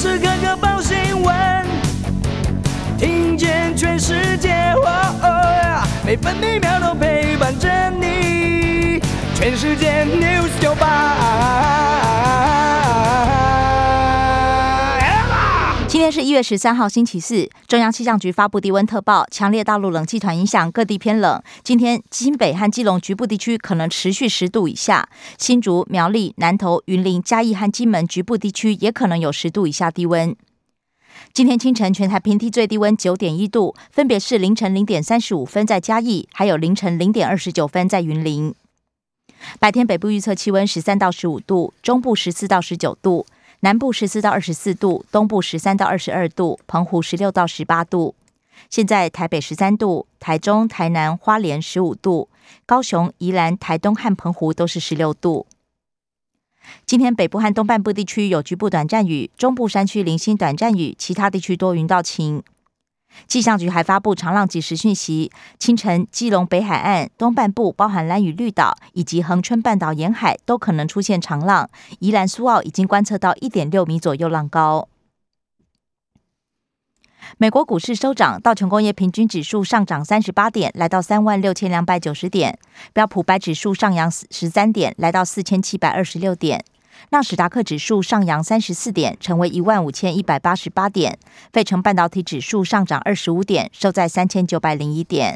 时刻刻报新闻，听见全世界，每分每秒都陪伴着你。全世界 News 98。 今天是1月13号星期四，中央气象局发布低温特报，强烈大陆冷气团影响，各地偏冷。今天新北和基隆局部地区可能持续10度以下，新竹、苗栗、南投、云林、嘉义和金门局部地区也可能有10度以下低温。今天清晨全台平地最低温 9.1 度，分别是凌晨0点35分在嘉义，还有凌晨0点29分在云林。白天北部预测气温13到15度，中部14到19度，南部14到24度，东部13到22度，澎湖16到18度。现在台北13度，台中、台南、花莲15度，高雄、宜兰、台东和澎湖都是16度。今天北部和东半部地区有局部短暂雨，中部山区零星短暂雨，其他地区多云到晴。气象局还发布长浪即时讯息，清晨基隆北海岸、东半部包含兰屿绿岛以及恒春半岛沿海都可能出现长浪，宜兰苏澳已经观测到 1.6 米左右浪高。美国股市收涨，道琼工业平均指数上涨38点，来到36,290点；标普白指数上扬13点，来到4,726点；纳史达克指数上扬34点，成为15,188点；费城半导体指数上涨25点，收在3,901点。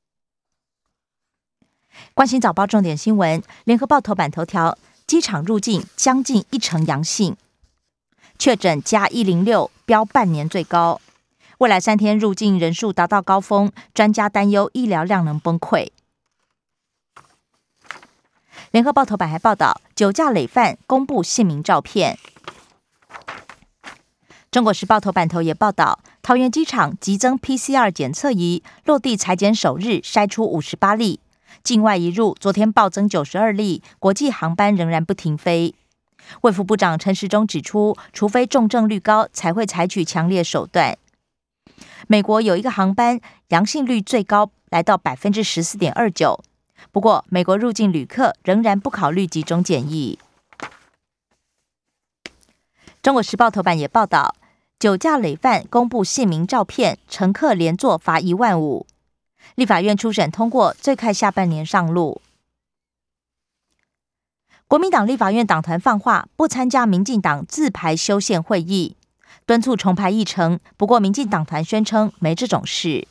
关心早报重点新闻，联合报头版头条：机场入境将近1成阳性，确诊加106，飙半年最高。未来3天入境人数达到高峰，专家担忧医疗量能崩溃。联合报头版还报道，酒驾累犯公布姓名照片。中国时报头版头也报道，桃园机场急增 PCR 检测仪，落地裁剪首日筛出58例，境外移入昨天暴增92例，国际航班仍然不停飞。卫福部长陈时中指出，除非重症率高，才会采取强烈手段。美国有一个航班阳性率最高，来到 14.29%， 不过美国入境旅客仍然不考虑集中检疫。中国时报头版也报道，酒驾累犯公布姓名照片，乘客连坐罚15000。立法院初审通过，最快下半年上路。国民党立法院党团放话，不参加民进党自排修宪会议，敦促重排议程，不过民进党团宣称没这种事。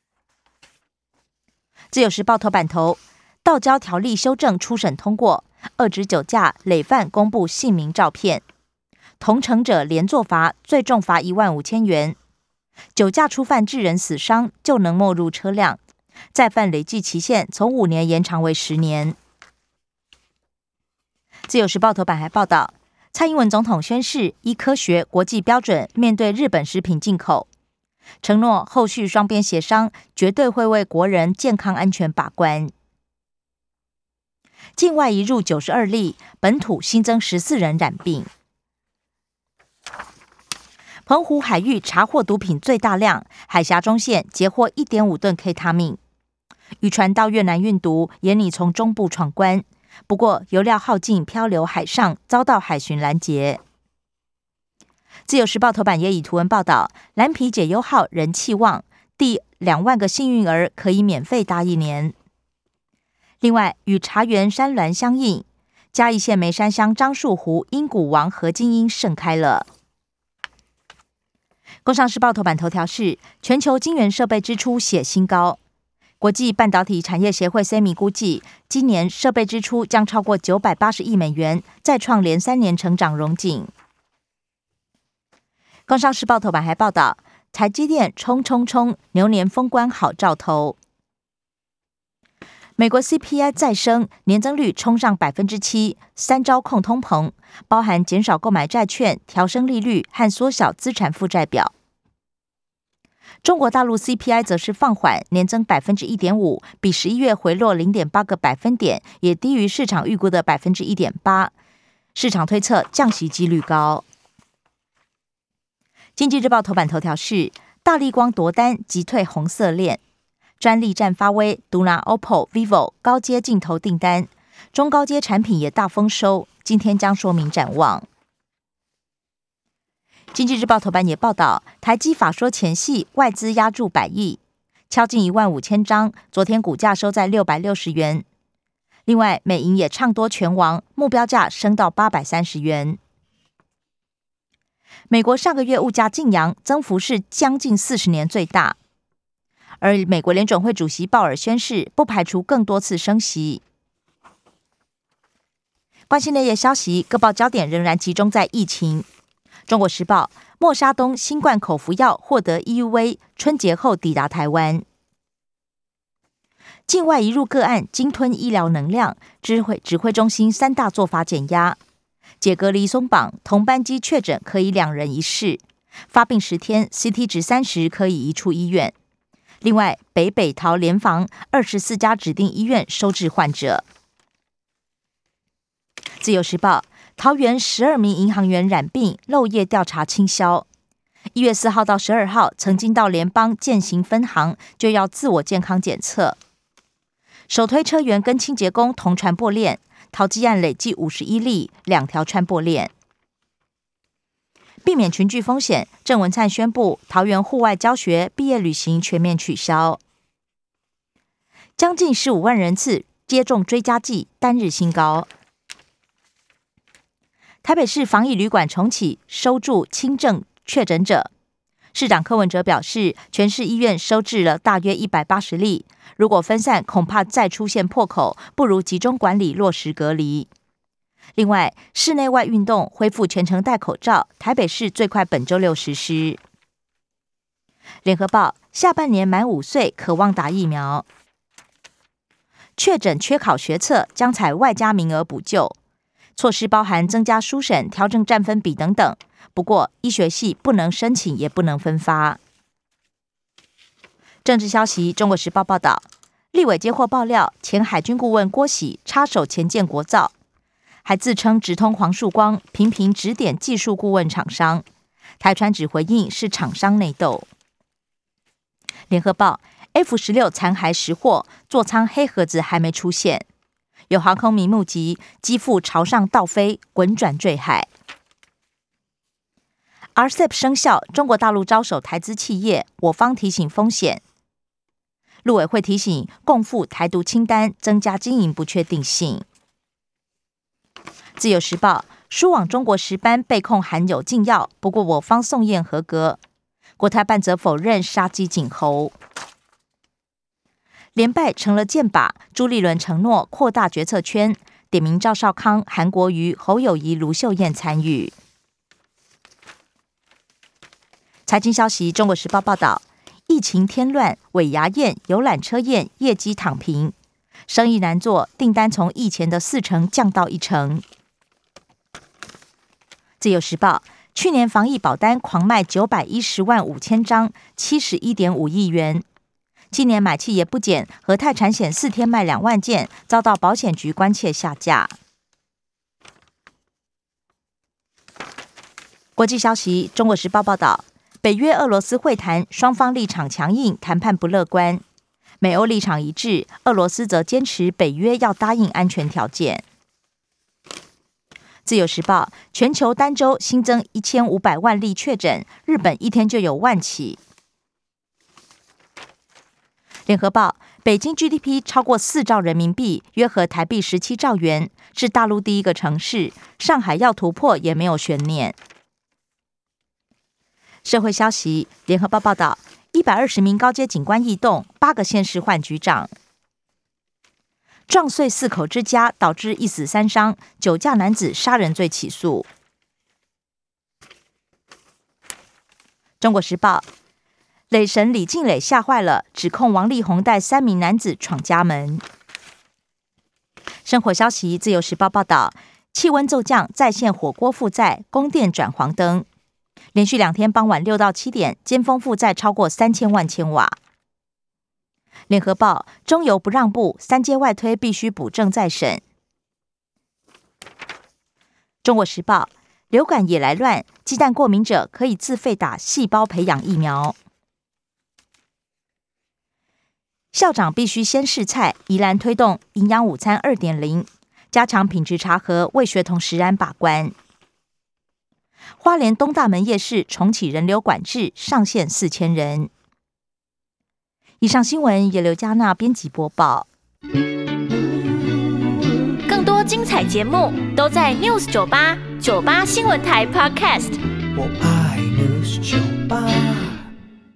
自由时报头版头，道交条例修正初审通过，遏止酒驾累犯公布姓名照片，同乘者连坐罚，最重罚15000元。酒驾初犯致人死伤就能没入车辆，再犯累计期限从5年延长为10年。自由时报头版还报道，蔡英文总统宣示依科学国际标准面对日本食品进口，承诺后续双边协商绝对会为国人健康安全把关。境外移入92例，本土新增14人染病。澎湖海域查获毒品最大量，海峡中线截获1.5吨 K 他命。渔船到越南运毒，也拟从中部闯关，不过油料耗尽漂流海上，遭到海巡拦截。自由时报头版也以图文报道，蓝皮解忧号人气旺，第2万个幸运儿可以免费搭1年。另外，与茶园山峦相应，嘉义县梅山乡樟树湖鹰骨王何金鹰盛开了。工商时报头版头条是全球晶圆设备支出写新高，国际半导体产业协会 SEMI 估计，今年设备支出将超过980亿美元，再创连3年成长荣景。工商时报头版还报道，台积电冲，牛年封关好兆头。美国 CPI 再升，年增率冲上 7%， 3招控通膨，包含减少购买债券、调升利率和缩小资产负债表。中国大陆 CPI 则是放缓，年增 1.5%， 比11月回落 0.8个百分点，也低于市场预估的 1.8%。市场推测降息几率高。经济日报头版头条是大立光夺单击退红色链，专利战发威，独拿 OPPO、vivo 高阶镜头订单，中高阶产品也大丰收，今天将说明展望。 经济日报头版也报道，台积法说前夕外资押注100亿，敲进15000张，昨天股价收在660元。另外，美银也唱多全王，目标价升到830元。美国上个月物价劲扬，增幅是将近40年最大。而美国联准会主席鲍尔宣示，不排除更多次升息。关心内页消息，各报焦点仍然集中在疫情。中国时报，默沙东新冠口服药获得 EUV， 春节后抵达台湾。境外移入个案鲸吞医疗能量，指挥中心3大做法减压，解隔离松绑，同班机确诊可以2人1室，发病10天 CT 值30可以移出医院。另外，北桃联防24家指定医院收治患者。自由时报，桃园12名银行员染病，漏夜调查清消。1月4号到12号，曾经到联邦践行分行就要自我健康检测。手推车员跟清洁工同传播链，桃机案累计51例，2条传播链。避免群聚风险，郑文灿宣布桃园户外教学、毕业旅行全面取消。将近15万人次接种追加剂，单日新高。台北市防疫旅馆重启，收住轻症确诊者。市长柯文哲表示，全市医院收治了大约180例，如果分散，恐怕再出现破口，不如集中管理，落实隔离。另外，室内外运动恢复全程戴口罩，台北市最快本周6实施。联合报，下半年满5岁渴望打疫苗。确诊缺考学测将采外加名额补救，措施包含增加书审、调整占分比等等。不过，医学系不能申请，也不能分发。政治消息，中国时报报道，立委接获爆料，前海军顾问郭喜插手前建国造，还自称直通黄树光，频频指点技术顾问厂商。台船只回应是厂商内斗。联合报 F-16 残骸识获，座舱黑盒子还没出现，有航空迷目击机腹朝上倒飞，滚转坠海。RCEP 生效，中国大陆招手台资企业，我方提醒风险。陆委会提醒共赴台独清单，增加经营不确定性。自由时报，输往中国10班被控含有禁药，不过我方送验合格。国台办则否认杀鸡儆猴。连败成了箭靶，朱立伦承诺扩大决策圈，点名赵少康、韩国瑜、侯友宜、卢秀燕参与。财经消息，中国时报报道，疫情添乱，尾牙宴、游览车宴业绩躺平，生意难做，订单从疫前的40%降到1%。自由时报，去年防疫保单狂卖910万5千张，71.5亿元。今年买气也不减，和泰产险4天卖2万件，遭到保险局关切下架。国际消息，中国时报报道，北约俄罗斯会谈，双方立场强硬，谈判不乐观。美欧立场一致，俄罗斯则坚持北约要答应安全条件。自由时报，全球单周新增1500万例确诊，日本一天就有万起。联合报，北京 GDP 超过4兆人民币，约合台币17兆元，是大陆第一个城市，上海要突破也没有悬念。社会消息，联合报报道，120名高阶警官异动，8个县市换局长。撞碎4口之家，导致1死3伤，酒驾男子杀人罪起诉。中国时报，磊神李静蕾吓坏了，指控王力宏带3名男子闯家门。生活消息，自由时报报道，气温骤降，再现火锅负载，供电转黄灯。连续2天傍晚6到7点，尖峰负载超过3000万千瓦。联合报，中油不让步，3阶外推必须补正再审。中国时报，流感也来乱，鸡蛋过敏者可以自费打细胞培养疫苗。校长必须先试菜，宜兰推动营养午餐 2.0， 加强品质查核，为学童食安把关。 花莲东大门夜市重启人流管制，上限4000人。以上新闻由刘嘉娜编辑播报。 更多精彩节目都在 News 98 98新闻台 Podcast。 我爱 News 98。